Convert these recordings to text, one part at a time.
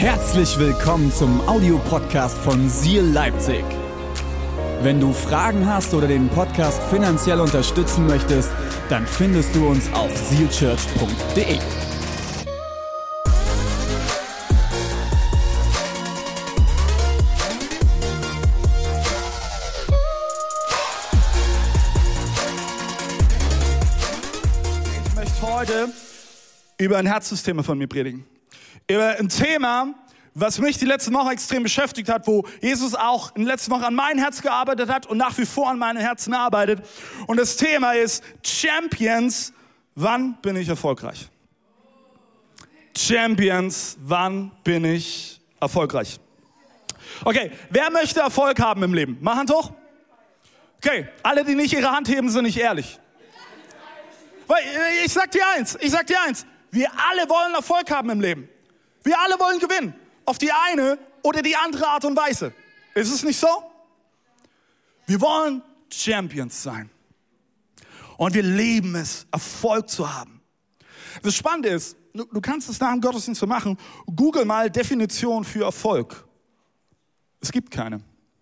Herzlich willkommen zum Audiopodcast von SEAL Leipzig. Wenn du Fragen hast oder den Podcast finanziell unterstützen möchtest, dann findest du uns auf sealchurch.de. Ich möchte heute über ein Herzensthema von mir predigen. Über ein Thema, was mich die letzten Wochen extrem beschäftigt hat, wo Jesus auch in den letzten Wochen an mein Herz gearbeitet hat und nach wie vor an meinem Herzen arbeitet. Und das Thema ist Champions, wann bin ich erfolgreich? Champions, wann bin ich erfolgreich? Okay, wer möchte Erfolg haben im Leben? Mach Hand hoch. Okay, alle, die nicht ihre Hand heben, sind nicht ehrlich. Weil ich sag dir eins, wir alle wollen Erfolg haben im Leben. Wir alle wollen gewinnen. Auf die eine oder die andere Art und Weise. Ist es nicht so? Wir wollen Champions sein. Und wir lieben es, Erfolg zu haben. Das Spannende ist, du kannst es nach dem Gottesdienst so machen. Google mal Definition für Erfolg. Es gibt keine.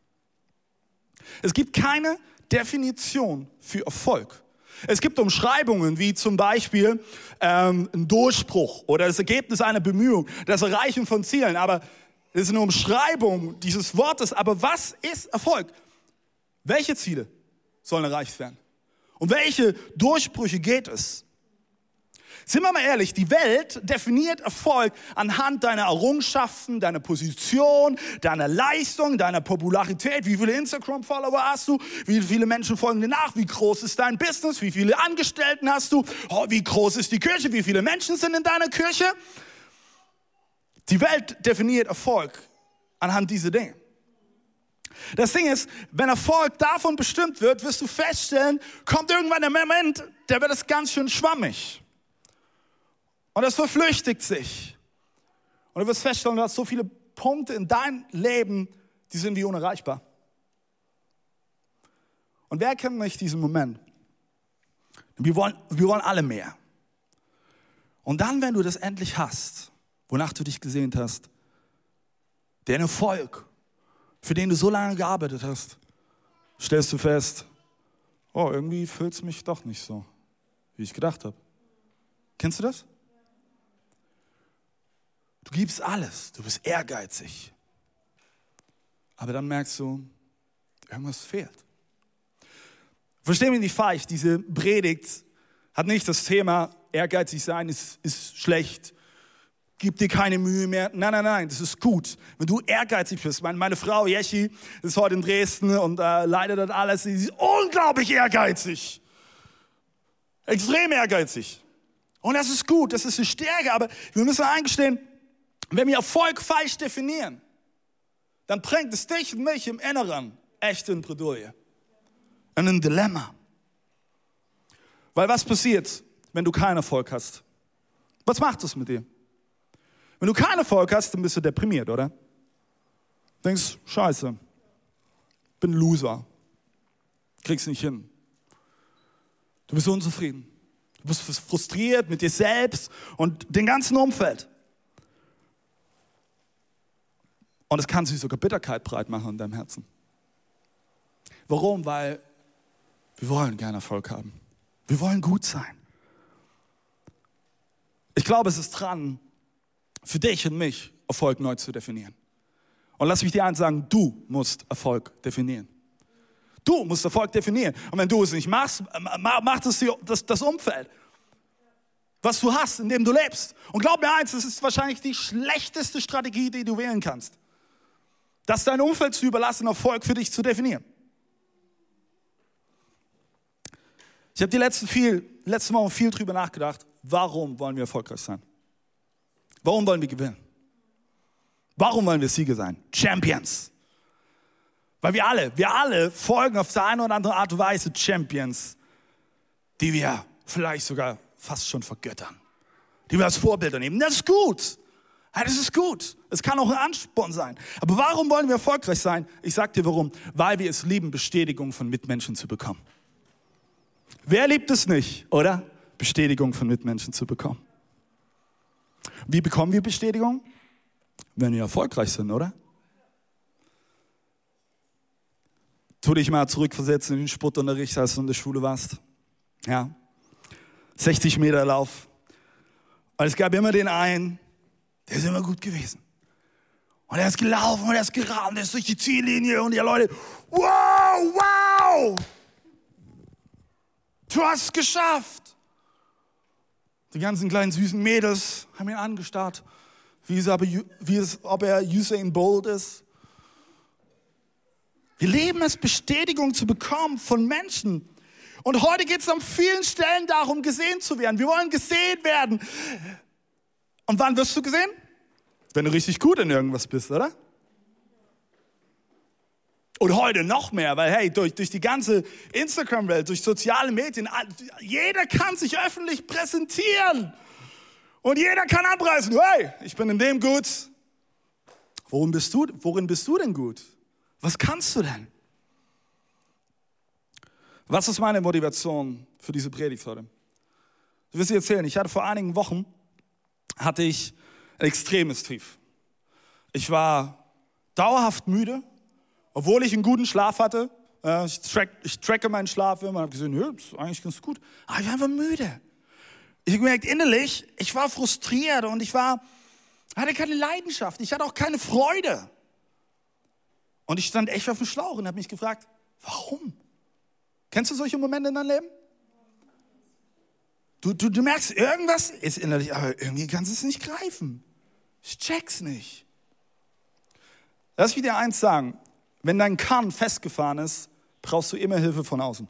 Es gibt keine Definition für Erfolg. Es gibt Umschreibungen wie zum Beispiel ein Durchbruch oder das Ergebnis einer Bemühung, das Erreichen von Zielen. Aber es ist eine Umschreibung dieses Wortes. Aber was ist Erfolg? Welche Ziele sollen erreicht werden? Um welche Durchbrüche geht es? Sind wir mal ehrlich, die Welt definiert Erfolg anhand deiner Errungenschaften, deiner Position, deiner Leistung, deiner Popularität. Wie viele Instagram-Follower hast du? Wie viele Menschen folgen dir nach? Wie groß ist dein Business? Wie viele Angestellten hast du? Oh, wie groß ist die Kirche? Wie viele Menschen sind in deiner Kirche? Die Welt definiert Erfolg anhand dieser Dinge. Das Ding ist, wenn Erfolg davon bestimmt wird, wirst du feststellen, kommt irgendwann der Moment, der wird es ganz schön schwammig. Und es verflüchtigt sich. Und du wirst feststellen, du hast so viele Punkte in deinem Leben, die sind wie unerreichbar. Und wer kennt nicht diesen Moment? Wir wollen alle mehr. Und dann, wenn du das endlich hast, wonach du dich gesehnt hast, den Erfolg, für den du so lange gearbeitet hast, stellst du fest, oh, irgendwie fühlt es mich doch nicht so, wie ich gedacht habe. Kennst du das? Du gibst alles, du bist ehrgeizig. Aber dann merkst du, irgendwas fehlt. Versteh mich nicht falsch, diese Predigt hat nicht das Thema, ehrgeizig sein ist schlecht, gib dir keine Mühe mehr. Nein, das ist gut, wenn du ehrgeizig bist. Meine Frau Jeschi ist heute in Dresden und leidet dort alles. Sie ist unglaublich ehrgeizig, extrem ehrgeizig. Und das ist gut, das ist eine Stärke, aber wir müssen eingestehen, wenn wir Erfolg falsch definieren, dann bringt es dich und mich im Inneren echt in Bredouille. In ein Dilemma. Weil was passiert, wenn du keinen Erfolg hast? Was macht das mit dir? Wenn du keinen Erfolg hast, dann bist du deprimiert, oder? Du denkst, scheiße, bin ein Loser, krieg's nicht hin. Du bist unzufrieden. Du bist frustriert mit dir selbst und dem ganzen Umfeld. Und es kann sich sogar Bitterkeit breit machen in deinem Herzen. Warum? Weil wir wollen gerne Erfolg haben. Wir wollen gut sein. Ich glaube, es ist dran, für dich und mich Erfolg neu zu definieren. Und lass mich dir eins sagen, du musst Erfolg definieren. Du musst Erfolg definieren. Und wenn du es nicht machst, macht es das Umfeld, was du hast, in dem du lebst. Und glaub mir eins, das ist wahrscheinlich die schlechteste Strategie, die du wählen kannst. Das dein Umfeld zu überlassen, Erfolg für dich zu definieren. Ich habe die letzten Wochen viel drüber nachgedacht, warum wollen wir erfolgreich sein? Warum wollen wir gewinnen? Warum wollen wir Sieger sein? Champions. Weil wir alle folgen auf der eine oder andere Art und Weise Champions, die wir vielleicht sogar fast schon vergöttern. Die wir als Vorbilder nehmen. Das ist gut. Ja, das ist gut. Es kann auch ein Ansporn sein. Aber warum wollen wir erfolgreich sein? Ich sag dir warum. Weil wir es lieben, Bestätigung von Mitmenschen zu bekommen. Wer liebt es nicht, oder? Bestätigung von Mitmenschen zu bekommen. Wie bekommen wir Bestätigung? wenn wir erfolgreich sind, oder? Tu dich mal zurückversetzen in den Sportunterricht, als du in der Schule warst. Ja. 60 Meter Lauf. Und es gab immer den einen, der ist immer gut gewesen. Und er ist gelaufen und er ist gerannt, er ist durch die Ziellinie und die Leute, wow, du hast es geschafft. Die ganzen kleinen süßen Mädels haben ihn angestarrt, wie ob er Usain Bolt ist. Wir leben es, Bestätigung zu bekommen von Menschen. Und heute geht es an vielen Stellen darum, gesehen zu werden. Wir wollen gesehen werden. Und wann wirst du gesehen? Wenn du richtig gut in irgendwas bist, oder? Und heute noch mehr, weil hey, durch die ganze Instagram-Welt, durch soziale Medien, jeder kann sich öffentlich präsentieren. Und jeder kann anpreisen, hey, ich bin in dem gut. Worin bist du denn gut? Was kannst du denn? Was ist meine Motivation für diese Predigt heute? Ich will es dir erzählen, ich hatte vor einigen Wochen ein extremes Tief. Ich war dauerhaft müde, obwohl ich einen guten Schlaf hatte. Ich tracke meinen Schlaf immer und habe gesehen, ja, das ist eigentlich ganz gut. Aber ich war einfach müde. Ich habe gemerkt, innerlich, ich war frustriert und hatte keine Leidenschaft. Ich hatte auch keine Freude. Und ich stand echt auf dem Schlauch und habe mich gefragt, warum? Kennst du solche Momente in deinem Leben? Du merkst, irgendwas ist innerlich, aber irgendwie kannst du es nicht greifen. Ich check's nicht. Lass mich dir eins sagen. Wenn dein Kahn festgefahren ist, brauchst du immer Hilfe von außen.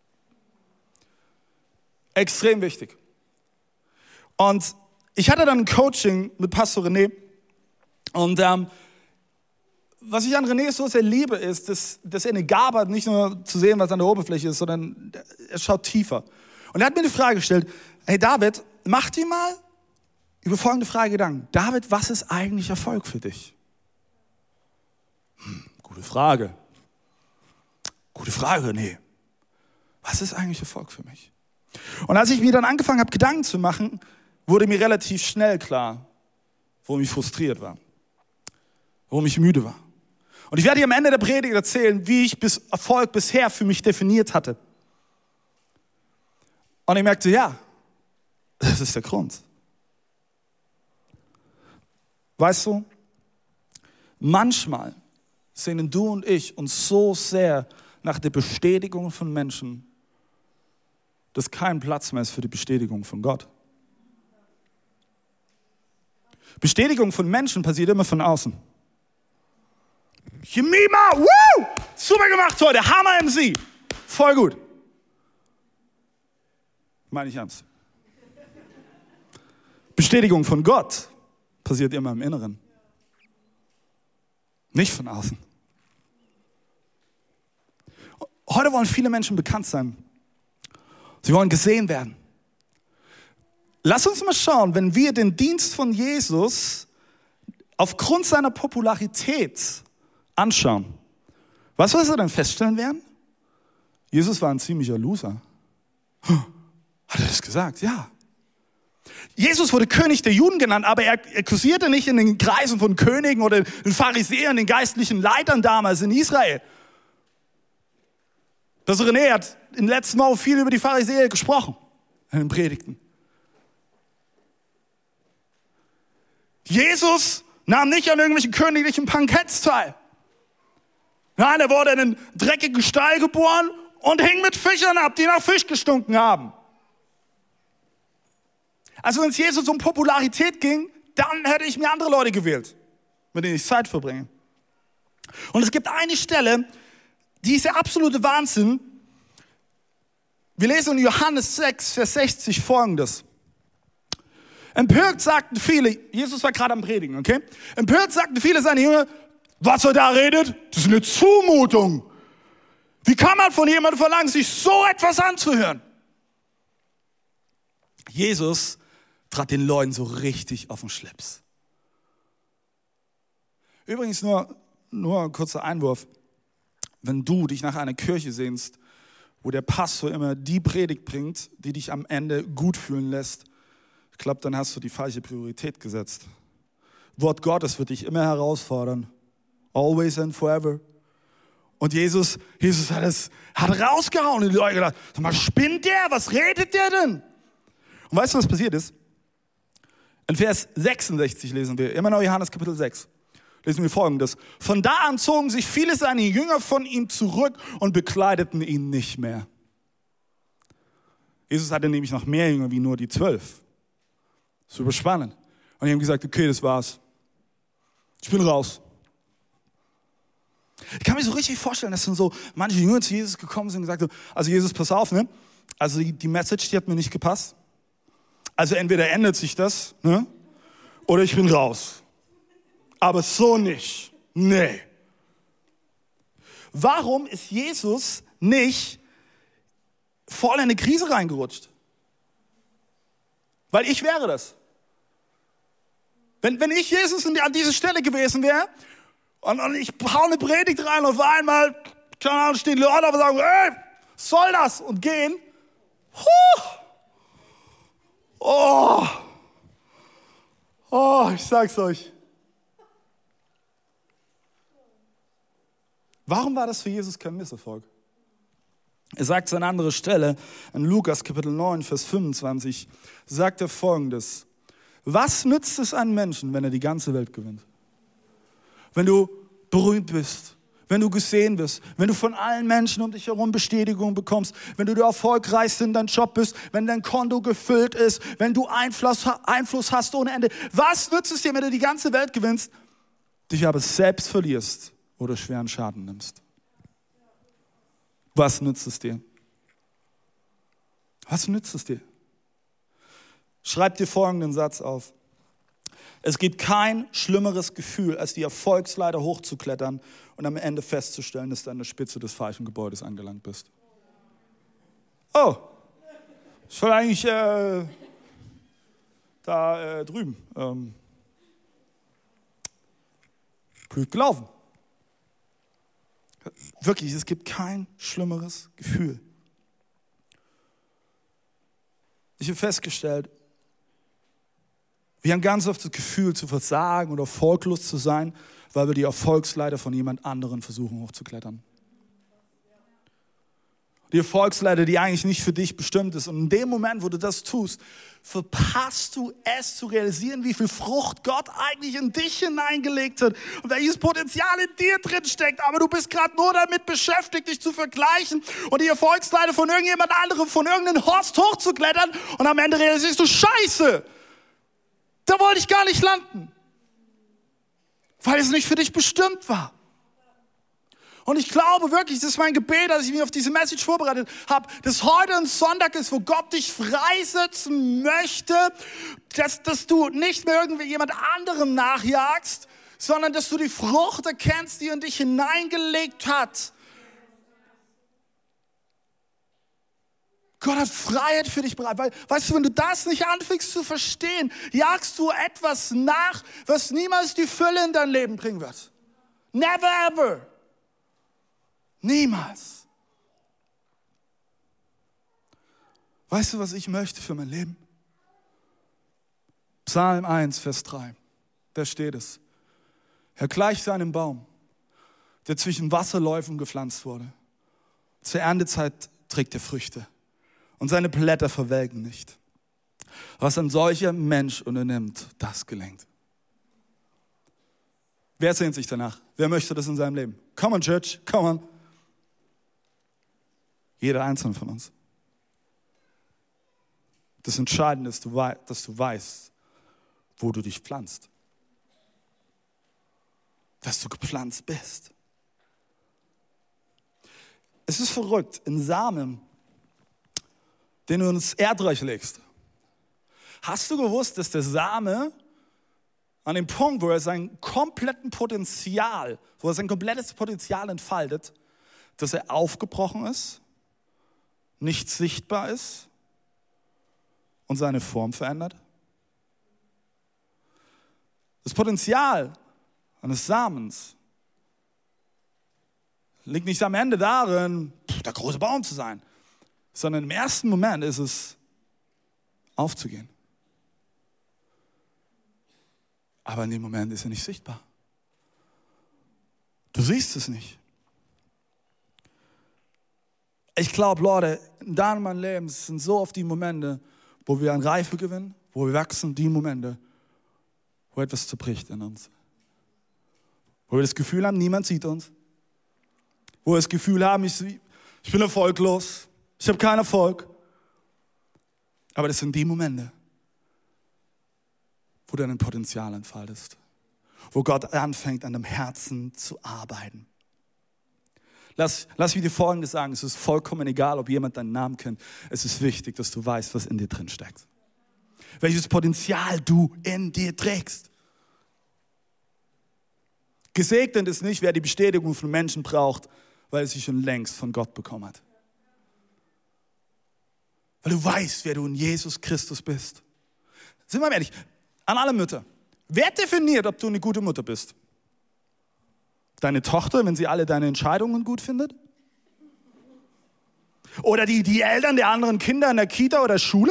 Extrem wichtig. Und ich hatte dann ein Coaching mit Pastor René. Und was ich an René so sehr liebe, ist, dass er eine Gabe hat, nicht nur zu sehen, was an der Oberfläche ist, sondern er schaut tiefer. Und er hat mir die Frage gestellt, hey David, mach dir mal über folgende Frage Gedanken. David, was ist eigentlich Erfolg für dich? Gute Frage. Gute Frage, René. Was ist eigentlich Erfolg für mich? Und als ich mir dann angefangen habe, Gedanken zu machen, wurde mir relativ schnell klar, warum ich frustriert war. Warum ich müde war. Und ich werde dir am Ende der Predigt erzählen, wie ich Erfolg bisher für mich definiert hatte. Und ich merkte, ja, das ist der Grund. Weißt du, manchmal sehnen du und ich uns so sehr nach der Bestätigung von Menschen, dass kein Platz mehr ist für die Bestätigung von Gott. Bestätigung von Menschen passiert immer von außen. Jemima, woo! Super gemacht heute, Hammer MC. Voll gut. Meine ich ernst. Bestätigung von Gott passiert immer im Inneren. Nicht von außen. Heute wollen viele Menschen bekannt sein. Sie wollen gesehen werden. Lass uns mal schauen, wenn wir den Dienst von Jesus aufgrund seiner Popularität anschauen. Was wir dann feststellen werden? Jesus war ein ziemlicher Loser. Hat er das gesagt? Ja. Jesus wurde König der Juden genannt, aber er kursierte nicht in den Kreisen von Königen oder den Pharisäern, den geistlichen Leitern damals in Israel. Das René hat in den letzten Wochen viel über die Pharisäer gesprochen, in den Predigten. Jesus nahm nicht an irgendwelchen königlichen Banketts teil. Nein, er wurde in einen dreckigen Stall geboren und hing mit Fischern ab, die nach Fisch gestunken haben. Also wenn es Jesus um Popularität ging, dann hätte ich mir andere Leute gewählt, mit denen ich Zeit verbringe. Und es gibt eine Stelle, die ist der absolute Wahnsinn. Wir lesen in Johannes 6, Vers 60 Folgendes. Empört sagten viele, Jesus war gerade am Predigen, okay? Empört sagten viele seine Jünger, was er da redet, das ist eine Zumutung. Wie kann man von jemandem verlangen, sich so etwas anzuhören? Jesus trat den Leuten so richtig auf den Schlips. Übrigens nur ein kurzer Einwurf. Wenn du dich nach einer Kirche sehnst, wo der Pastor immer die Predigt bringt, die dich am Ende gut fühlen lässt, ich glaube, dann hast du die falsche Priorität gesetzt. Wort Gottes wird dich immer herausfordern. Always and forever. Und Jesus hat rausgehauen und die Leute gedacht, sag mal, spinnt der? Was redet der denn? Und weißt du, was passiert ist? In Vers 66 lesen wir, immer noch Johannes Kapitel 6, lesen wir Folgendes. Von da an zogen sich viele seiner Jünger von ihm zurück und bekleideten ihn nicht mehr. Jesus hatte nämlich noch mehr Jünger wie nur die 12. Super spannend. Und die haben gesagt, okay, das war's. Ich bin raus. Ich kann mir so richtig vorstellen, dass dann so manche Jünger zu Jesus gekommen sind und gesagt haben, also Jesus, pass auf, ne? Also die Message, die hat mir nicht gepasst. Also entweder ändert sich das, ne? Oder ich bin raus. Aber so nicht. Nee. Warum ist Jesus nicht voll in eine Krise reingerutscht? Weil ich wäre das. Wenn ich Jesus an dieser Stelle gewesen wäre und ich hau eine Predigt rein und auf einmal, keine Ahnung, stehen Leute auf und sagen, ey, was soll das? Und gehen. Ich sag's euch. Warum war das für Jesus kein Misserfolg? Er sagt an anderer Stelle, in Lukas Kapitel 9, Vers 25, sagt er Folgendes. Was nützt es einem Menschen, wenn er die ganze Welt gewinnt? Wenn du berühmt bist, wenn du gesehen wirst, wenn du von allen Menschen um dich herum Bestätigung bekommst, wenn du der Erfolgreichste in deinem Job bist, wenn dein Konto gefüllt ist, wenn du Einfluss hast ohne Ende. Was nützt es dir, wenn du die ganze Welt gewinnst, dich aber selbst verlierst oder schweren Schaden nimmst? Was nützt es dir? Was nützt es dir? Schreib dir folgenden Satz auf. Es gibt kein schlimmeres Gefühl, als die Erfolgsleiter hochzuklettern und am Ende festzustellen, dass du an der Spitze des falschen Gebäudes angelangt bist. Oh, ich will eigentlich da drüben. Blöd gelaufen. Wirklich, es gibt kein schlimmeres Gefühl. Ich habe festgestellt, wir haben ganz oft das Gefühl zu versagen oder erfolglos zu sein, weil wir die Erfolgsleiter von jemand anderem versuchen hochzuklettern. Die Erfolgsleiter, die eigentlich nicht für dich bestimmt ist. Und in dem Moment, wo du das tust, verpasst du es zu realisieren, wie viel Frucht Gott eigentlich in dich hineingelegt hat und welches Potenzial in dir drin steckt. Aber du bist gerade nur damit beschäftigt, dich zu vergleichen und die Erfolgsleiter von irgendjemand anderem, von irgendeinem Horst hochzuklettern und am Ende realisierst du, Scheiße, da wollte ich gar nicht landen, weil es nicht für dich bestimmt war. Und ich glaube wirklich, das ist mein Gebet, als ich mich auf diese Message vorbereitet habe, dass heute ein Sonntag ist, wo Gott dich freisetzen möchte, dass du nicht mehr irgendwie jemand anderem nachjagst, sondern dass du die Frucht erkennst, die in dich hineingelegt hat. Gott hat Freiheit für dich bereit, weil, weißt du, wenn du das nicht anfängst zu verstehen, jagst du etwas nach, was niemals die Fülle in dein Leben bringen wird. Never ever. Niemals. Weißt du, was ich möchte für mein Leben? Psalm 1, Vers 3. Da steht es. Er gleicht einem Baum, der zwischen Wasserläufen gepflanzt wurde. Zur Erntezeit trägt er Früchte und seine Blätter verwelken nicht. Was ein solcher Mensch unternimmt, das gelingt. Wer sehnt sich danach? Wer möchte das in seinem Leben? Come on, Church, come on. Jeder einzelne von uns. Das Entscheidende ist, dass du weißt, wo du dich pflanzt. Dass du gepflanzt bist. Es ist verrückt, in Samen, den du ins Erdreich legst. Hast du gewusst, dass der Same an dem Punkt, wo er sein komplettes Potenzial entfaltet, dass er aufgebrochen ist, nicht sichtbar ist und seine Form verändert? Das Potenzial eines Samens liegt nicht am Ende darin, der große Baum zu sein, sondern im ersten Moment ist es, aufzugehen. Aber in dem Moment ist er nicht sichtbar. Du siehst es nicht. Ich glaube, Leute, in deinem mein Leben sind so oft die Momente, wo wir an Reife gewinnen, wo wir wachsen, die Momente, wo etwas zerbricht in uns. Wo wir das Gefühl haben, niemand sieht uns. Wo wir das Gefühl haben, ich bin erfolglos, ich habe keinen Erfolg. Aber das sind die Momente, wo du dein Potenzial entfaltest. Wo Gott anfängt, an deinem Herzen zu arbeiten. Lass mich dir Folgendes sagen, es ist vollkommen egal, ob jemand deinen Namen kennt. Es ist wichtig, dass du weißt, was in dir drin steckt. Welches Potenzial du in dir trägst. Gesegnet ist nicht, wer die Bestätigung von Menschen braucht, weil er sie schon längst von Gott bekommen hat. Weil du weißt, wer du in Jesus Christus bist. Sind wir mal ehrlich, an alle Mütter. Wer definiert, ob du eine gute Mutter bist? Deine Tochter, wenn sie alle deine Entscheidungen gut findet? Oder die Eltern der anderen Kinder in der Kita oder Schule?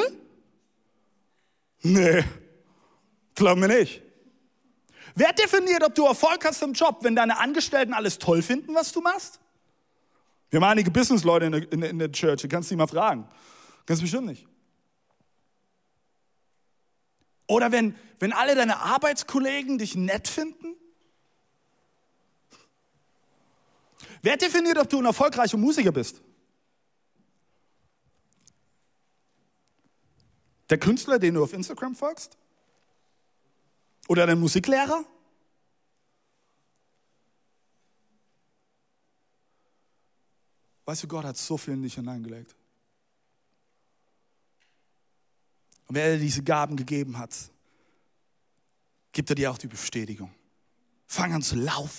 Nee, glaub mir nicht. Wer definiert, ob du Erfolg hast im Job, wenn deine Angestellten alles toll finden, was du machst? Wir haben einige Businessleute in der Church, du kannst die mal fragen. Ganz bestimmt nicht. Oder wenn alle deine Arbeitskollegen dich nett finden? Wer definiert, ob du ein erfolgreicher Musiker bist? Der Künstler, den du auf Instagram folgst? Oder der Musiklehrer? Weißt du, Gott hat so viel in dich hineingelegt. Und wer dir diese Gaben gegeben hat, gibt er dir auch die Bestätigung. Fang an zu laufen.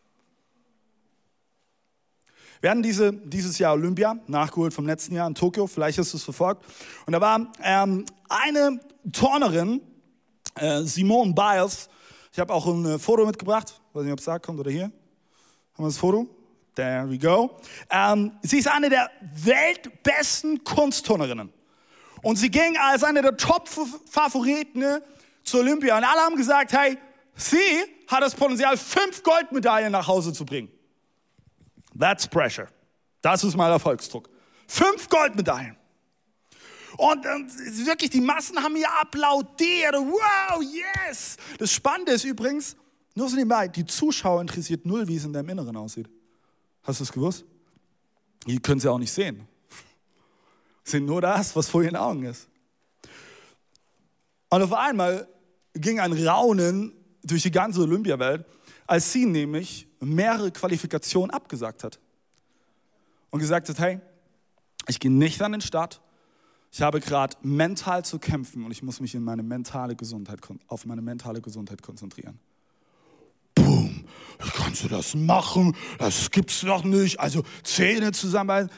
Wir hatten dieses Jahr Olympia, nachgeholt vom letzten Jahr in Tokio, vielleicht hast du es verfolgt. Und da war eine Turnerin, Simone Biles. Ich habe auch ein Foto mitgebracht, weiß nicht, ob es da kommt oder hier. Haben wir das Foto? There we go. Sie ist eine der weltbesten Kunstturnerinnen. Und sie ging als eine der Top-Favoriten zur Olympia. Und alle haben gesagt, hey, sie hat das Potenzial, 5 Goldmedaillen nach Hause zu bringen. That's pressure. Das ist mal Erfolgsdruck. 5 Goldmedaillen. Und wirklich, die Massen haben hier applaudiert. Wow, yes. Das Spannende ist übrigens, nur so nebenbei, die Zuschauer interessiert null, wie es in deinem Inneren aussieht. Hast du es gewusst? Die können sie auch nicht sehen. Sind nur das, was vor ihren Augen ist. Und auf einmal ging ein Raunen durch die ganze Olympiawelt, als sie nämlich mehrere Qualifikationen abgesagt hat. Und gesagt hat, hey, ich gehe nicht an den Start, ich habe gerade mental zu kämpfen und ich muss mich auf meine mentale Gesundheit konzentrieren. Boom, wie kannst du das machen? Das gibt's doch nicht. Also Zähne zusammenbeißen.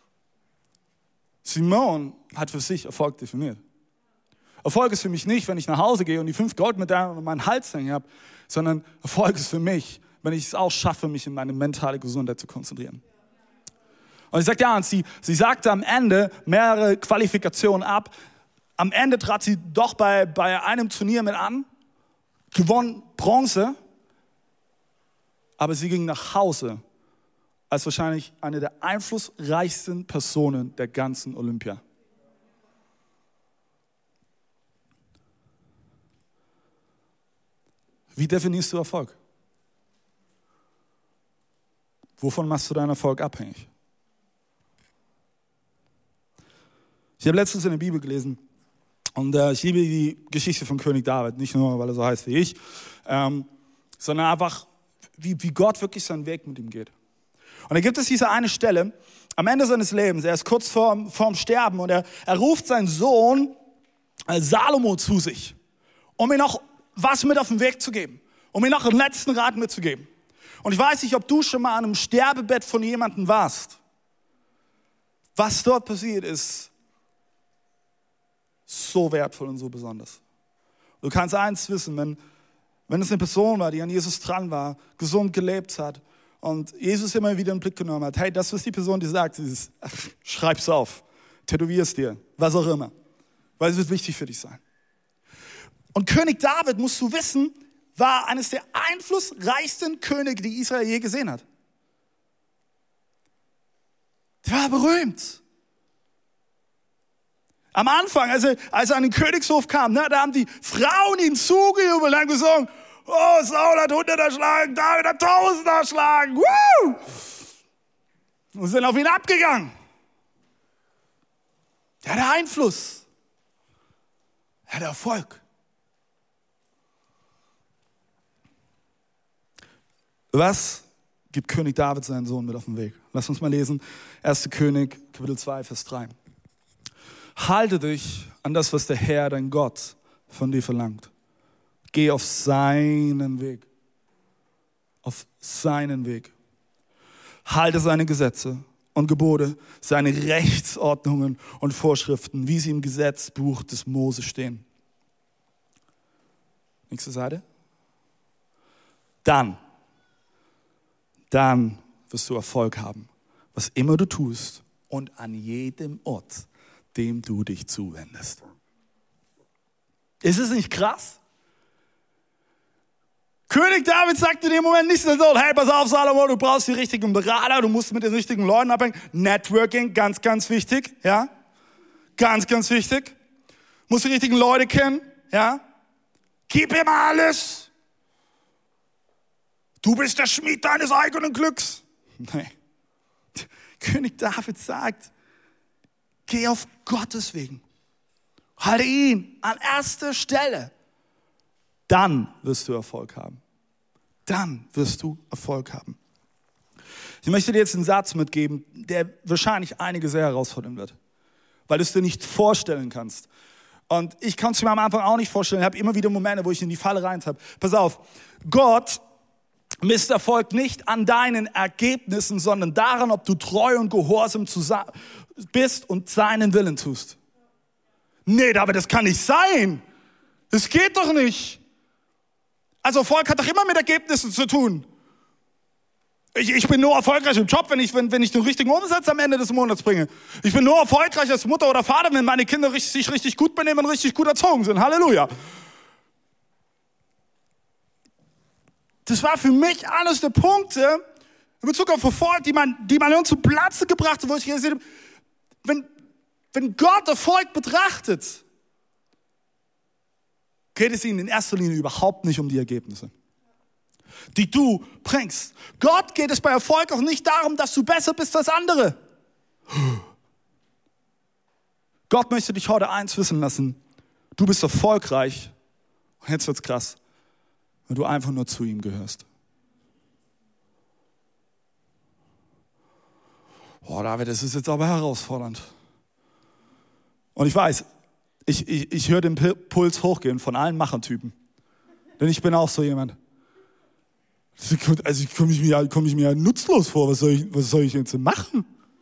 Simone hat für sich Erfolg definiert. Erfolg ist für mich nicht, wenn ich nach Hause gehe und die 5 Goldmedaillen um meinen Hals hängen habe, sondern Erfolg ist für mich, wenn ich es auch schaffe, mich in meine mentale Gesundheit zu konzentrieren. Und ich sagte, ja, und sie sagte am Ende mehrere Qualifikationen ab. Am Ende trat sie doch bei einem Turnier mit an, gewonnen Bronze, aber sie ging nach Hause als wahrscheinlich eine der einflussreichsten Personen der ganzen Olympia. Wie definierst du Erfolg? Wovon machst du deinen Erfolg abhängig? Ich habe letztens in der Bibel gelesen und ich liebe die Geschichte von König David, nicht nur, weil er so heißt wie ich, sondern einfach, wie Gott wirklich seinen Weg mit ihm geht. Und da gibt es diese eine Stelle, am Ende seines Lebens, er ist kurz vorm Sterben und er ruft seinen Sohn Salomo zu sich, um ihm noch was mit auf den Weg zu geben, um ihm noch einen letzten Rat mitzugeben. Und ich weiß nicht, ob du schon mal an einem Sterbebett von jemandem warst. Was dort passiert ist so wertvoll und so besonders. Du kannst eins wissen, wenn es eine Person war, die an Jesus dran war, gesund gelebt hat und Jesus immer wieder in den Blick genommen hat, hey, das, was die Person dir sagt, ist, schreib's auf, tätowier's dir, was auch immer, weil es wird wichtig für dich sein. Und König David, musst du wissen, war eines der einflussreichsten Könige, die Israel je gesehen hat. Der war berühmt. Am Anfang, als er an den Königshof kam, da haben die Frauen ihn zugejubelt und haben gesungen, oh, Saul hat 100 erschlagen, David hat 1000 erschlagen. Woo! Und sind auf ihn abgegangen. Der hatte Einfluss. Er hatte Erfolg. Was gibt König David seinen Sohn mit auf den Weg? Lass uns mal lesen. 1. König, Kapitel 2, Vers 3. Halte dich an das, was der Herr, dein Gott, von dir verlangt. Geh auf seinen Weg. Auf seinen Weg. Halte seine Gesetze und Gebote, seine Rechtsordnungen und Vorschriften, wie sie im Gesetzbuch des Mose stehen. Nächste Seite. Dann wirst du Erfolg haben, was immer du tust und an jedem Ort, dem du dich zuwendest. Ist es nicht krass? König David sagt in dem Moment nicht so, hey, pass auf, Salomo, du brauchst die richtigen Berater, du musst mit den richtigen Leuten abhängen. Networking, ganz, ganz wichtig, ja. Ganz, ganz wichtig. Musst die richtigen Leute kennen, ja. Gib ihm alles. Du bist der Schmied deines eigenen Glücks. Nee. König David sagt, geh auf Gottes Wegen. Halte ihn an erster Stelle. Dann wirst du Erfolg haben. Dann wirst du Erfolg haben. Ich möchte dir jetzt einen Satz mitgeben, der wahrscheinlich einige sehr herausfordern wird, weil du es dir nicht vorstellen kannst. Und ich kann es mir am Anfang auch nicht vorstellen. Ich habe immer wieder Momente, wo ich in die Falle rein habe. Pass auf, Gott misst Erfolg nicht an deinen Ergebnissen, sondern daran, ob du treu und gehorsam bist und seinen Willen tust. Nee, aber das kann nicht sein. Das geht doch nicht. Also Erfolg hat doch immer mit Ergebnissen zu tun. Ich bin nur erfolgreich im Job, wenn ich den richtigen Umsatz am Ende des Monats bringe. Ich bin nur erfolgreich als Mutter oder Vater, wenn meine Kinder sich richtig gut benehmen und richtig gut erzogen sind. Halleluja. Das war für mich alles der Punkte in Bezug auf Erfolg, die man irgendwie zu Platze gebracht hat, wo ich gesehen habe, wenn Gott Erfolg betrachtet, geht es ihnen in erster Linie überhaupt nicht um die Ergebnisse, die du bringst. Gott geht es bei Erfolg auch nicht darum, dass du besser bist als andere. Gott möchte dich heute eins wissen lassen. Du bist erfolgreich. Und jetzt wird's krass, wenn du einfach nur zu ihm gehörst. Boah, David, das ist jetzt aber herausfordernd. Und ich weiß, ich höre den Puls hochgehen von allen Machertypen. Denn ich bin auch so jemand. Also ich komme ich mir nutzlos vor. Was soll ich jetzt machen?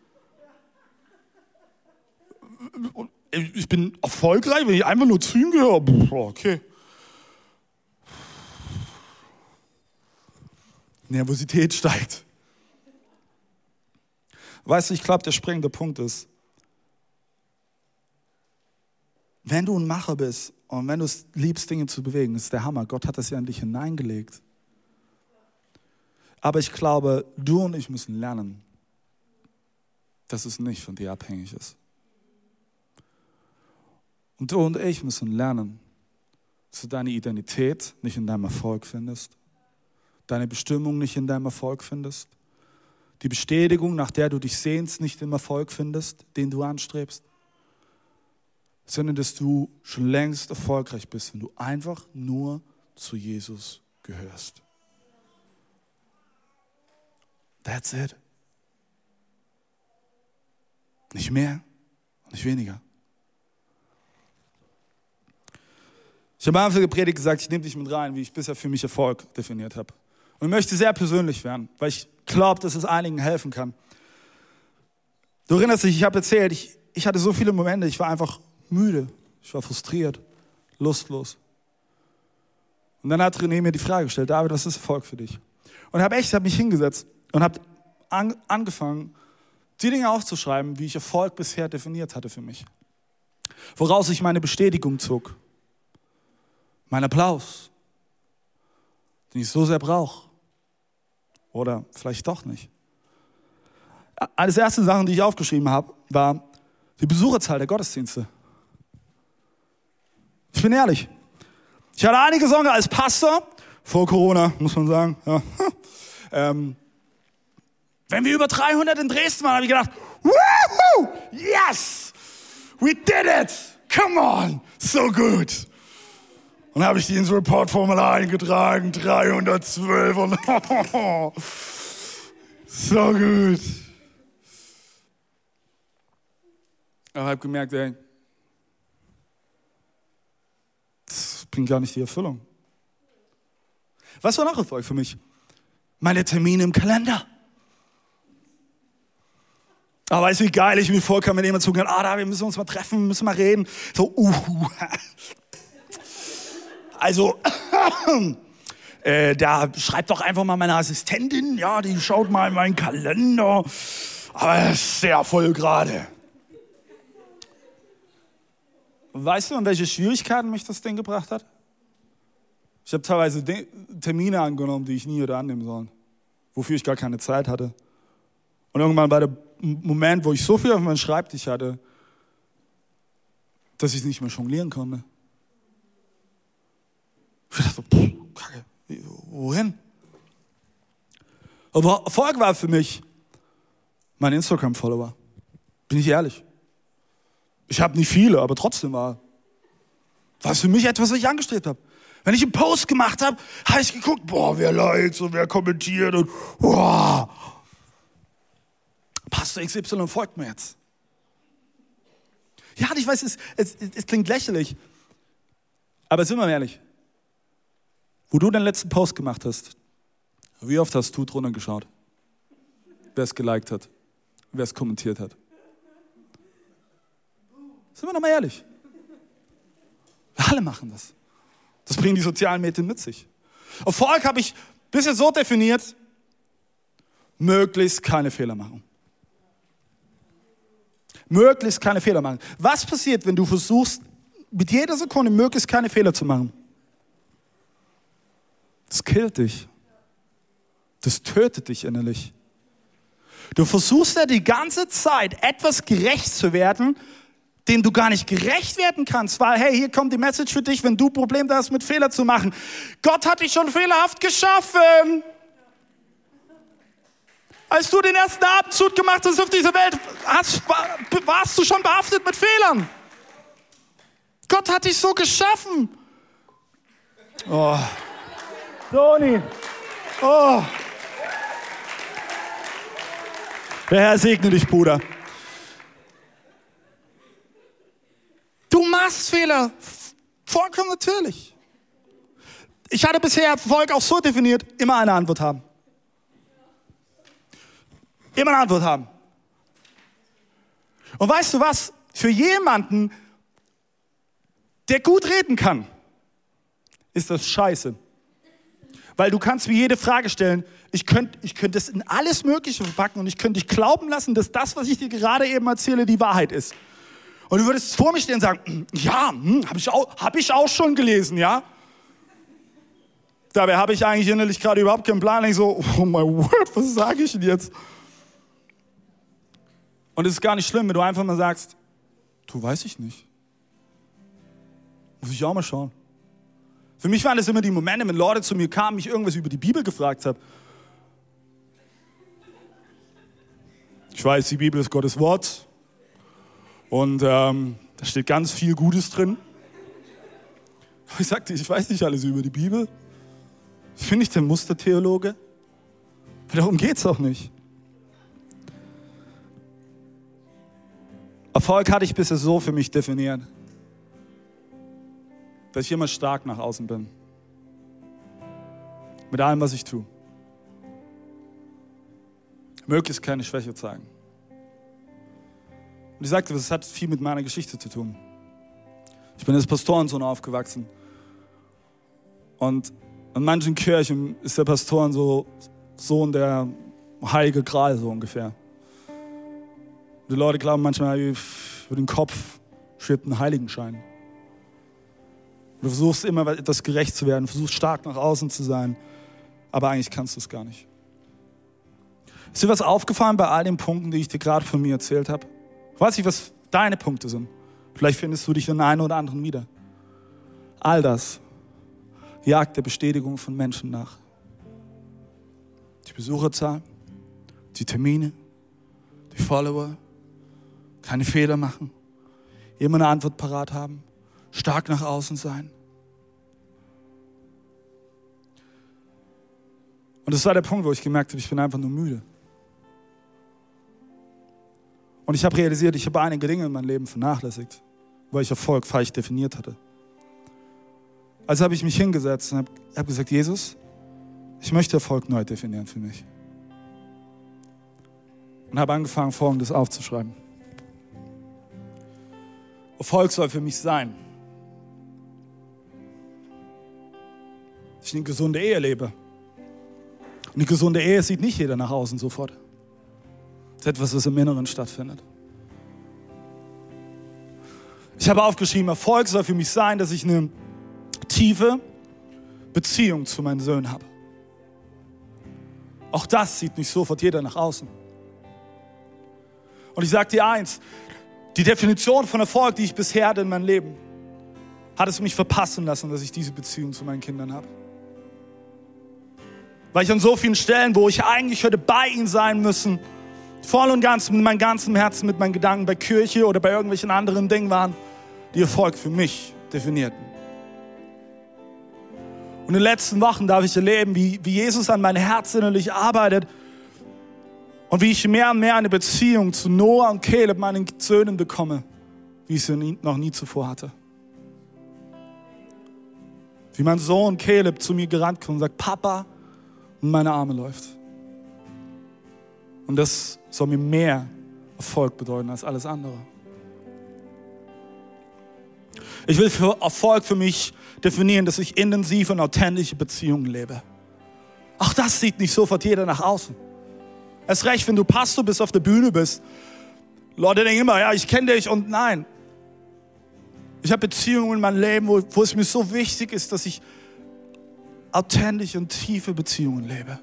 Ich bin erfolgreich, wenn ich einfach nur zu ihm gehöre. Boah, okay. Nervosität steigt. Weißt du, ich glaube, der springende Punkt ist, wenn du ein Macher bist und wenn du es liebst, Dinge zu bewegen, ist der Hammer. Gott hat das ja in dich hineingelegt. Aber ich glaube, du und ich müssen lernen, dass es nicht von dir abhängig ist. Und du und ich müssen lernen, dass du deine Identität nicht in deinem Erfolg findest, deine Bestimmung nicht in deinem Erfolg findest, die Bestätigung, nach der du dich sehnst, nicht im Erfolg findest, den du anstrebst, sondern dass du schon längst erfolgreich bist, wenn du einfach nur zu Jesus gehörst. That's it. Nicht mehr, nicht weniger. Ich habe am Anfang der Predigt gesagt, ich nehme dich mit rein, wie ich bisher für mich Erfolg definiert habe. Und ich möchte sehr persönlich werden, weil ich glaube, dass es einigen helfen kann. Du erinnerst dich, ich habe erzählt, ich hatte so viele Momente, ich war einfach müde, ich war frustriert, lustlos. Und dann hat René mir die Frage gestellt, David, was ist Erfolg für dich? Und ich habe mich hingesetzt und habe angefangen, die Dinge aufzuschreiben, wie ich Erfolg bisher definiert hatte für mich. Woraus ich meine Bestätigung zog, mein Applaus, den ich so sehr brauche. Oder vielleicht doch nicht. Eine der ersten Sachen, die ich aufgeschrieben habe, war die Besucherzahl der Gottesdienste. Ich bin ehrlich. Ich hatte einige Sorgen als Pastor, vor Corona, muss man sagen. Ja. Wenn wir über 300 in Dresden waren, habe ich gedacht, woohoo, yes, we did it, come on, so gut. Und dann habe ich die ins Report-Formular eingetragen, 312 und so gut. Aber ich habe gemerkt, ey, das bringt gar nicht die Erfüllung. Was war noch Erfolg für mich? Meine Termine im Kalender. Aber weißt du, wie geil ich mir vorkam, wenn jemand zugeht, wir müssen uns mal treffen, müssen mal reden. So, Also, da schreibt doch einfach mal meine Assistentin, ja, die schaut mal in meinen Kalender. Aber das ist sehr voll gerade. Weißt du, in welche Schwierigkeiten mich das Ding gebracht hat? Ich habe teilweise Termine angenommen, die ich nie hätte annehmen sollen, wofür ich gar keine Zeit hatte. Und irgendwann war der Moment, wo ich so viel auf meinem Schreibtisch hatte, dass ich es nicht mehr jonglieren konnte. Ich dachte, Kacke, wohin? Aber Erfolg war für mich mein Instagram-Follower. Bin ich ehrlich. Ich habe nicht viele, aber trotzdem war es für mich etwas, was ich angestrebt habe. Wenn ich einen Post gemacht habe, habe ich geguckt, wer likes und wer kommentiert und Pastor XY folgt mir jetzt. Ja, ich weiß, es klingt lächerlich, aber sind wir ehrlich, wo du deinen letzten Post gemacht hast, wie oft hast du drunter geschaut, wer es geliked hat, wer es kommentiert hat? Sind wir doch mal ehrlich. Wir alle machen das. Das bringen die sozialen Medien mit sich. Erfolg habe ich bisher so definiert, möglichst keine Fehler machen. Möglichst keine Fehler machen. Was passiert, wenn du versuchst, mit jeder Sekunde möglichst keine Fehler zu machen? Das killt dich. Das tötet dich innerlich. Du versuchst ja die ganze Zeit, etwas gerecht zu werden, dem du gar nicht gerecht werden kannst, weil, hey, hier kommt die Message für dich, wenn du Probleme hast, mit Fehler zu machen. Gott hat dich schon fehlerhaft geschaffen. Als du den ersten Atemzug gemacht hast auf dieser Welt, warst du schon behaftet mit Fehlern. Gott hat dich so geschaffen. Oh. Toni. Oh. Der Herr segne dich, Bruder. Du machst Fehler, vollkommen natürlich. Ich hatte bisher Erfolg auch so definiert, immer eine Antwort haben. Immer eine Antwort haben. Und weißt du was? Für jemanden, der gut reden kann, ist das scheiße. Weil du kannst mir jede Frage stellen, ich könnte das in alles Mögliche verpacken und ich könnte dich glauben lassen, dass das, was ich dir gerade eben erzähle, die Wahrheit ist. Und du würdest vor mir stehen und sagen, ja, hab ich auch schon gelesen, ja. Dabei habe ich eigentlich innerlich gerade überhaupt keinen Plan. Ich so, oh my word, was sage ich denn jetzt? Und es ist gar nicht schlimm, wenn du einfach mal sagst, du, weiß ich nicht. Muss ich auch mal schauen. Für mich waren das immer die Momente, wenn Leute zu mir kamen, mich irgendwas über die Bibel gefragt haben. Ich weiß, die Bibel ist Gottes Wort. Und da steht ganz viel Gutes drin. Aber ich sagte, ich weiß nicht alles über die Bibel. Ich bin nicht der Mustertheologe. Darum geht es auch nicht. Erfolg hatte ich bisher so für mich definiert, dass ich immer stark nach außen bin. Mit allem, was ich tue. Möglichst keine Schwäche zeigen. Und ich sagte, das hat viel mit meiner Geschichte zu tun. Ich bin als Pastorensohn aufgewachsen. Und in manchen Kirchen ist der Pastorensohn der heilige Gral, so ungefähr. Die Leute glauben manchmal, über den Kopf schwebt ein Heiligenschein. Du versuchst immer etwas gerecht zu werden, versuchst stark nach außen zu sein, aber eigentlich kannst du es gar nicht. Ist dir was aufgefallen bei all den Punkten, die ich dir gerade von mir erzählt habe? Ich weiß nicht, was deine Punkte sind. Vielleicht findest du dich in einen oder anderen wieder. All das jagt der Bestätigung von Menschen nach. Die Besucherzahl, die Termine, die Follower, keine Fehler machen, immer eine Antwort parat haben, stark nach außen sein. Und das war der Punkt, wo ich gemerkt habe, ich bin einfach nur müde. Und ich habe realisiert, ich habe einige Dinge in meinem Leben vernachlässigt, weil ich Erfolg falsch definiert hatte. Also habe ich mich hingesetzt und habe gesagt, Jesus, ich möchte Erfolg neu definieren für mich. Und habe angefangen, Folgendes aufzuschreiben. Erfolg soll für mich sein, dass ich eine gesunde Ehe lebe. Und eine gesunde Ehe sieht nicht jeder nach außen sofort. Das ist etwas, was im Inneren stattfindet. Ich habe aufgeschrieben, Erfolg soll für mich sein, dass ich eine tiefe Beziehung zu meinen Söhnen habe. Auch das sieht nicht sofort jeder nach außen. Und ich sage dir eins, die Definition von Erfolg, die ich bisher hatte in meinem Leben, hat es mich verpassen lassen, dass ich diese Beziehung zu meinen Kindern habe. Weil ich an so vielen Stellen, wo ich eigentlich hätte bei ihnen sein müssen, voll und ganz mit meinem ganzen Herzen, mit meinen Gedanken bei Kirche oder bei irgendwelchen anderen Dingen waren, die Erfolg für mich definierten. Und in den letzten Wochen darf ich erleben, wie Jesus an mein Herz innerlich arbeitet und wie ich mehr und mehr eine Beziehung zu Noah und Caleb, meinen Söhnen, bekomme, wie ich sie noch nie zuvor hatte. Wie mein Sohn Caleb zu mir gerannt kommt und sagt, Papa, und meine Arme läuft. Und das soll mir mehr Erfolg bedeuten als alles andere. Ich will für Erfolg für mich definieren, dass ich intensiv und authentische Beziehungen lebe. Auch das sieht nicht sofort jeder nach außen. Erst recht, wenn du Pastor bist, auf der Bühne bist. Leute denken immer, ja, ich kenne dich und nein. Ich habe Beziehungen in meinem Leben, wo es mir so wichtig ist, dass ich authentische und tiefe Beziehungen lebe.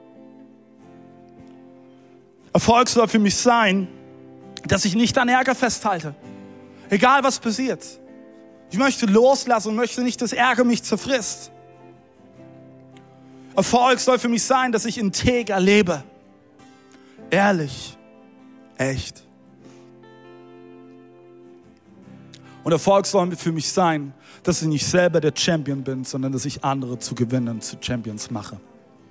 Erfolg soll für mich sein, dass ich nicht an Ärger festhalte. Egal was passiert. Ich möchte loslassen und möchte nicht, dass Ärger mich zerfrisst. Erfolg soll für mich sein, dass ich integer lebe. Ehrlich. Echt. Und Erfolg soll für mich sein, dass ich nicht selber der Champion bin, sondern dass ich andere zu Gewinnern, zu Champions mache.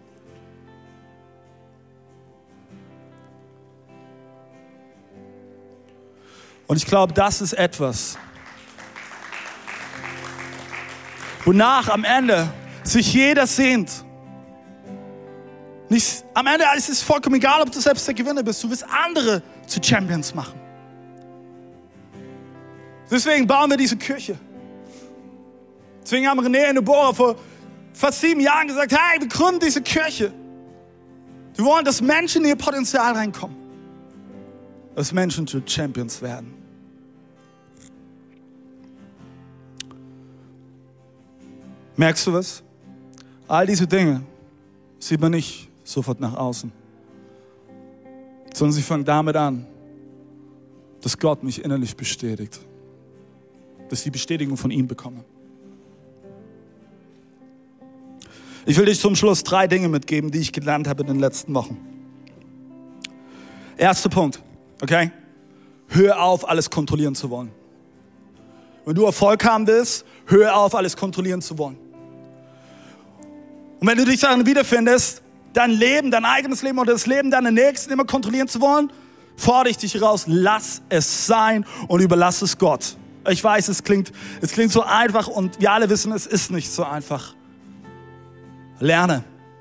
Und ich glaube, das ist etwas, wonach am Ende sich jeder sehnt. Am Ende ist es vollkommen egal, ob du selbst der Gewinner bist. Du willst andere zu Champions machen. Deswegen bauen wir diese Kirche. Deswegen haben René und Deborah vor fast 7 Jahren gesagt, hey, wir gründen diese Kirche. Wir wollen, dass Menschen in ihr Potenzial reinkommen. Dass Menschen zu Champions werden. Merkst du was? All diese Dinge sieht man nicht sofort nach außen. Sondern sie fangen damit an, dass Gott mich innerlich bestätigt. Dass ich die Bestätigung von ihm bekomme. Ich will dich zum Schluss 3 Dinge mitgeben, die ich gelernt habe in den letzten Wochen. Erster Punkt, okay? Hör auf, alles kontrollieren zu wollen. Wenn du Erfolg haben willst, hör auf, alles kontrollieren zu wollen. Und wenn du dich darin wiederfindest, dein Leben, dein eigenes Leben oder das Leben deiner Nächsten immer kontrollieren zu wollen, fordere ich dich raus, lass es sein und überlass es Gott. Ich weiß, es klingt so einfach und wir alle wissen, es ist nicht so einfach. Lerne.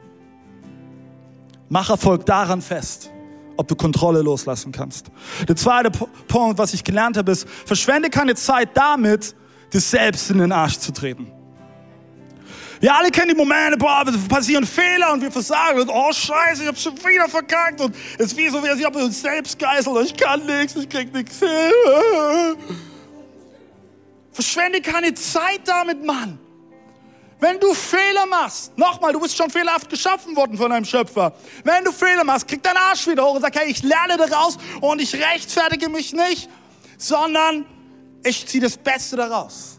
Mach Erfolg daran fest, ob du Kontrolle loslassen kannst. Der zweite Punkt, was ich gelernt habe, ist, verschwende keine Zeit damit, dir selbst in den Arsch zu treten. Wir alle kennen die Momente, es passieren Fehler und wir versagen und oh Scheiße, ich hab schon wieder verkackt und es ist wie so, ich habe uns selbst geißelt, ich kann nichts, ich krieg nichts hin. Verschwende keine Zeit damit, Mann. Wenn du Fehler machst, nochmal, du bist schon fehlerhaft geschaffen worden von deinem Schöpfer. Wenn du Fehler machst, krieg deinen Arsch wieder hoch und sag, hey, ich lerne daraus und ich rechtfertige mich nicht, sondern ich ziehe das Beste daraus.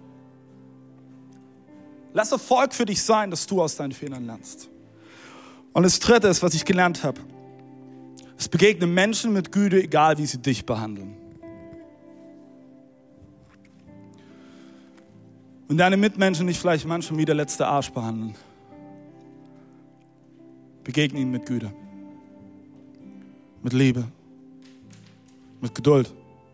Lass Erfolg für dich sein, dass du aus deinen Fehlern lernst. Und das Dritte ist, was ich gelernt habe. Es begegnen Menschen mit Güte, egal wie sie dich behandeln. Wenn deine Mitmenschen dich vielleicht manchmal wie der letzte Arsch behandeln, begegne ihnen mit Güte, mit Liebe, mit Geduld.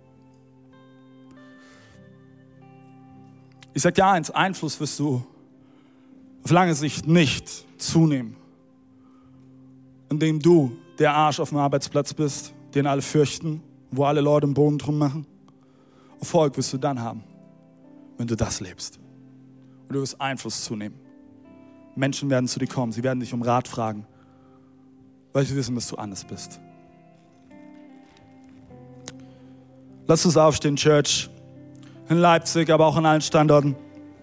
Ich sage dir eins, Einfluss wirst du auf lange Sicht nicht zunehmen, indem du der Arsch auf dem Arbeitsplatz bist, den alle fürchten, wo alle Leute einen Bogen drum machen. Erfolg wirst du dann haben, wenn du das lebst. Und du wirst Einfluss zunehmen. Menschen werden zu dir kommen, sie werden dich um Rat fragen, weil sie wissen, dass du anders bist. Lass uns aufstehen, Church, in Leipzig, aber auch an allen Standorten.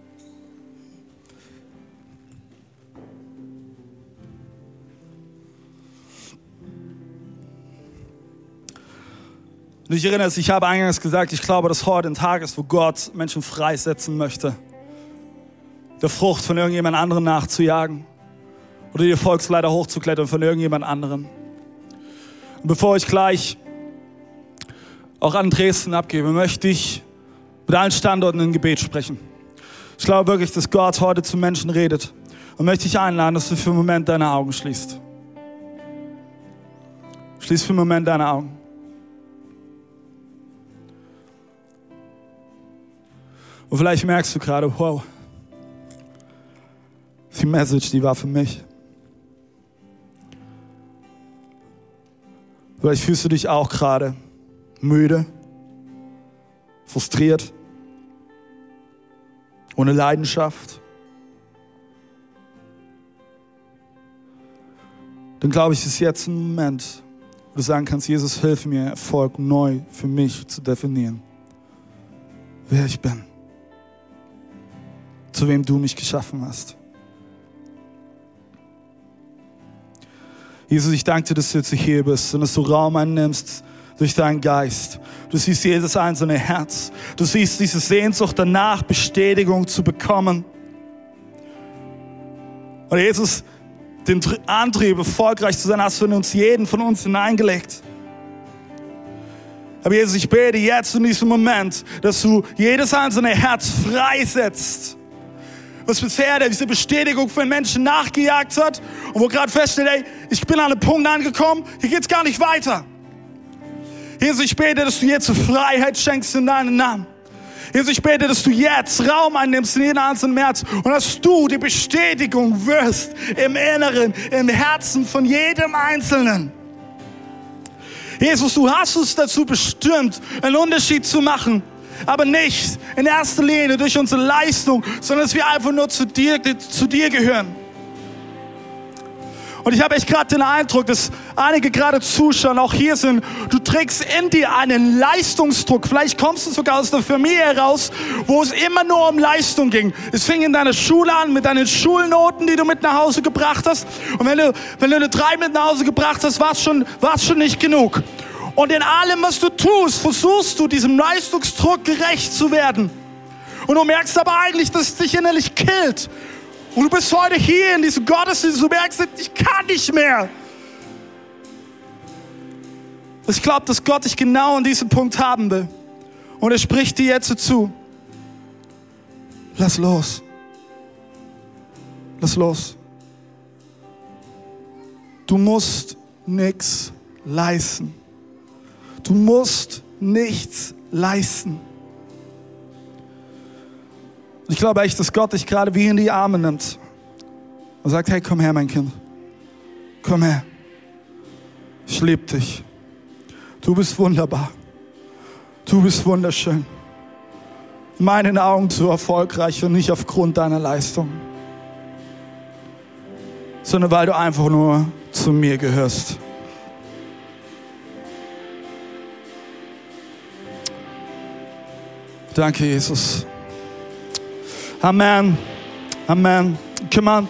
Und ich erinnere mich, ich habe eingangs gesagt, ich glaube, dass heute ein Tag ist, wo Gott Menschen freisetzen möchte, der Frucht von irgendjemand anderem nachzujagen oder die Erfolgsleiter hochzuklettern von irgendjemand anderem. Und bevor ich gleich auch an Dresden abgebe, möchte ich mit allen Standorten in Gebet sprechen. Ich glaube wirklich, dass Gott heute zu Menschen redet und möchte dich einladen, dass du für einen Moment deine Augen schließt. Schließ für einen Moment deine Augen. Und vielleicht merkst du gerade, wow, die Message, die war für mich. Vielleicht fühlst du dich auch gerade müde, frustriert, ohne Leidenschaft. Dann glaube ich, ist jetzt ein Moment, wo du sagen kannst, Jesus, hilf mir, Erfolg neu für mich zu definieren. Wer ich bin. Zu wem du mich geschaffen hast. Jesus, ich danke dir, dass du jetzt hier bist und dass du Raum einnimmst durch deinen Geist. Du siehst jedes einzelne Herz. Du siehst diese Sehnsucht danach, Bestätigung zu bekommen. Und Jesus, den Antrieb, erfolgreich zu sein, hast du in uns, jeden von uns hineingelegt. Aber Jesus, ich bete jetzt in diesem Moment, dass du jedes einzelne Herz freisetzt, was bisher diese Bestätigung für den Menschen nachgejagt hat und wo gerade feststeht, ey, ich bin an einem Punkt angekommen, hier geht's gar nicht weiter. Jesus, ich bete, dass du jetzt Freiheit schenkst in deinem Namen. Jesus, ich bete, dass du jetzt Raum einnimmst in jeden einzelnen Herz und dass du die Bestätigung wirst im Inneren, im Herzen von jedem Einzelnen. Jesus, du hast uns dazu bestimmt, einen Unterschied zu machen. Aber nicht in erster Linie durch unsere Leistung, sondern dass wir einfach nur zu dir gehören. Und ich habe echt gerade den Eindruck, dass einige gerade zuschauen, auch hier sind, du trägst in dir einen Leistungsdruck. Vielleicht kommst du sogar aus der Familie heraus, wo es immer nur um Leistung ging. Es fing in deiner Schule an mit deinen Schulnoten, die du mit nach Hause gebracht hast. Und wenn du eine 3 mit nach Hause gebracht hast, war es schon nicht genug. Und in allem, was du tust, versuchst du, diesem Leistungsdruck gerecht zu werden. Und du merkst aber eigentlich, dass es dich innerlich killt. Und du bist heute hier in diesem Gottesdienst, du merkst, ich kann nicht mehr. Ich glaube, dass Gott dich genau an diesem Punkt haben will. Und er spricht dir jetzt zu. Lass los. Lass los. Du musst nichts leisten. Du musst nichts leisten. Ich glaube echt, dass Gott dich gerade wie in die Arme nimmt und sagt, hey, komm her, mein Kind. Komm her. Ich liebe dich. Du bist wunderbar. Du bist wunderschön. In meinen Augen so erfolgreich und nicht aufgrund deiner Leistung, sondern weil du einfach nur zu mir gehörst. Danke, Jesus. Amen. Amen. Come on.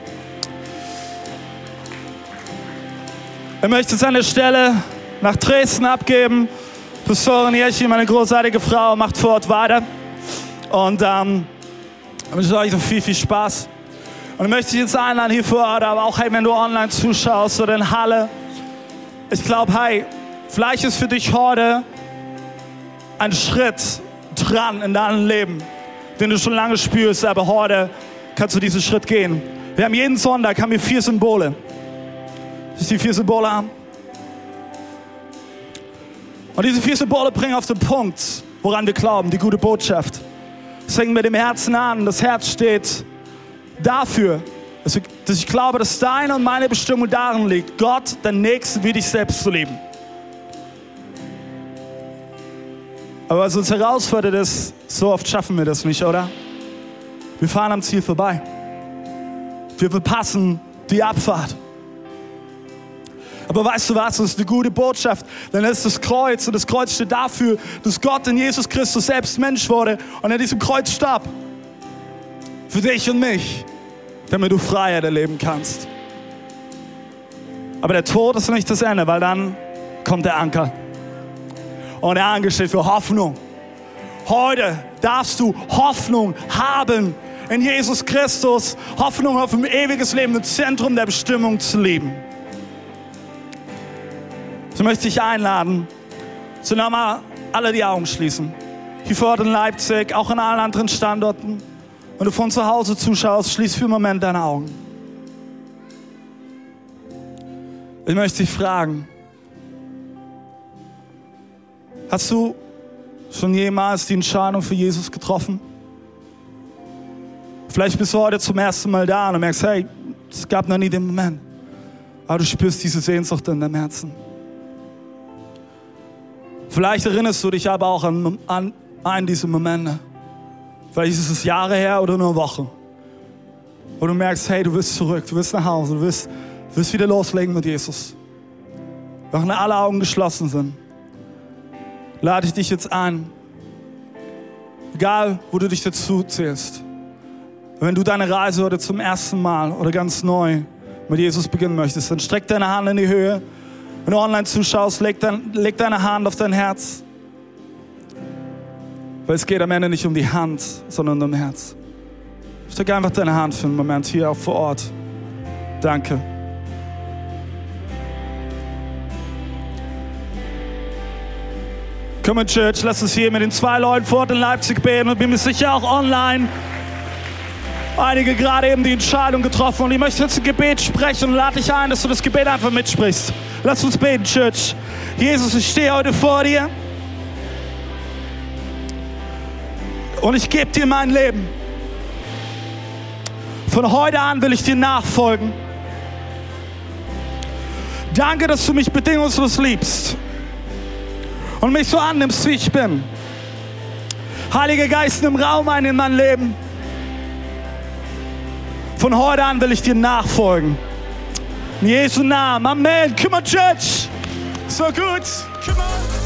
Ich möchte jetzt an der Stelle nach Dresden abgeben. Pastorin Jeschi, meine großartige Frau, macht vor Ort weiter. Und ich wünsche euch noch viel, viel Spaß. Und ich möchte dich jetzt einladen hier vor Ort, aber auch, hey, wenn du online zuschaust oder in Halle. Ich glaube, hey, vielleicht ist für dich heute ein Schritt dran in deinem Leben, den du schon lange spürst, aber heute kannst du diesen Schritt gehen. Wir haben jeden Sonntag 4 Symbole. Siehst du die 4 Symbole haben? Und diese 4 Symbole bringen auf den Punkt, woran wir glauben, die gute Botschaft. Es fängt mit dem Herzen an. Das Herz steht dafür, dass ich glaube, dass deine und meine Bestimmung darin liegt, Gott, den Nächsten wie dich selbst zu lieben. Aber was uns herausfordert ist, so oft schaffen wir das nicht, oder? Wir fahren am Ziel vorbei. Wir verpassen die Abfahrt. Aber weißt du was, das ist eine gute Botschaft, denn es ist das Kreuz und das Kreuz steht dafür, dass Gott in Jesus Christus selbst Mensch wurde und an diesem Kreuz starb. Für dich und mich, damit du Freiheit erleben kannst. Aber der Tod ist nicht das Ende, weil dann kommt der Anker. Und der Anker steht für Hoffnung. Heute darfst du Hoffnung haben in Jesus Christus, Hoffnung auf ein ewiges Leben, im Zentrum der Bestimmung zu leben. So möchte ich einladen, so nochmal alle die Augen schließen. Hier vor Ort in Leipzig, auch an allen anderen Standorten. Wenn du von zu Hause zuschaust, schließ für einen Moment deine Augen. Ich möchte dich fragen, hast du schon jemals die Entscheidung für Jesus getroffen? Vielleicht bist du heute zum ersten Mal da und merkst, hey, es gab noch nie den Moment. Aber du spürst diese Sehnsucht in deinem Herzen. Vielleicht erinnerst du dich aber auch an einen dieser Momente. Vielleicht ist es Jahre her oder nur Wochen. Wo du merkst, hey, du willst zurück, du willst nach Hause, du willst wieder loslegen mit Jesus. Während alle Augen geschlossen sind, lade ich dich jetzt ein. Egal, wo du dich dazu zählst. Wenn du deine Reise heute zum ersten Mal oder ganz neu mit Jesus beginnen möchtest, dann streck deine Hand in die Höhe. Wenn du online zuschaust, leg deine Hand auf dein Herz. Weil es geht am Ende nicht um die Hand, sondern um das Herz. Streck einfach deine Hand für einen Moment hier auch vor Ort. Danke. Komm in Church, lass uns hier mit den 2 Leuten vor Ort in Leipzig beten und bin mir sicher auch online. Einige gerade eben die Entscheidung getroffen und ich möchte jetzt ein Gebet sprechen und lade dich ein, dass du das Gebet einfach mitsprichst. Lass uns beten, Church. Jesus, ich stehe heute vor dir und ich gebe dir mein Leben. Von heute an will ich dir nachfolgen. Danke, dass du mich bedingungslos liebst und mich so annimmst, wie ich bin. Heiliger Geist, nimm Raum ein in mein Leben. Von heute an will ich dir nachfolgen. In Jesu Namen. Amen. Come on, Church. So gut. Come on.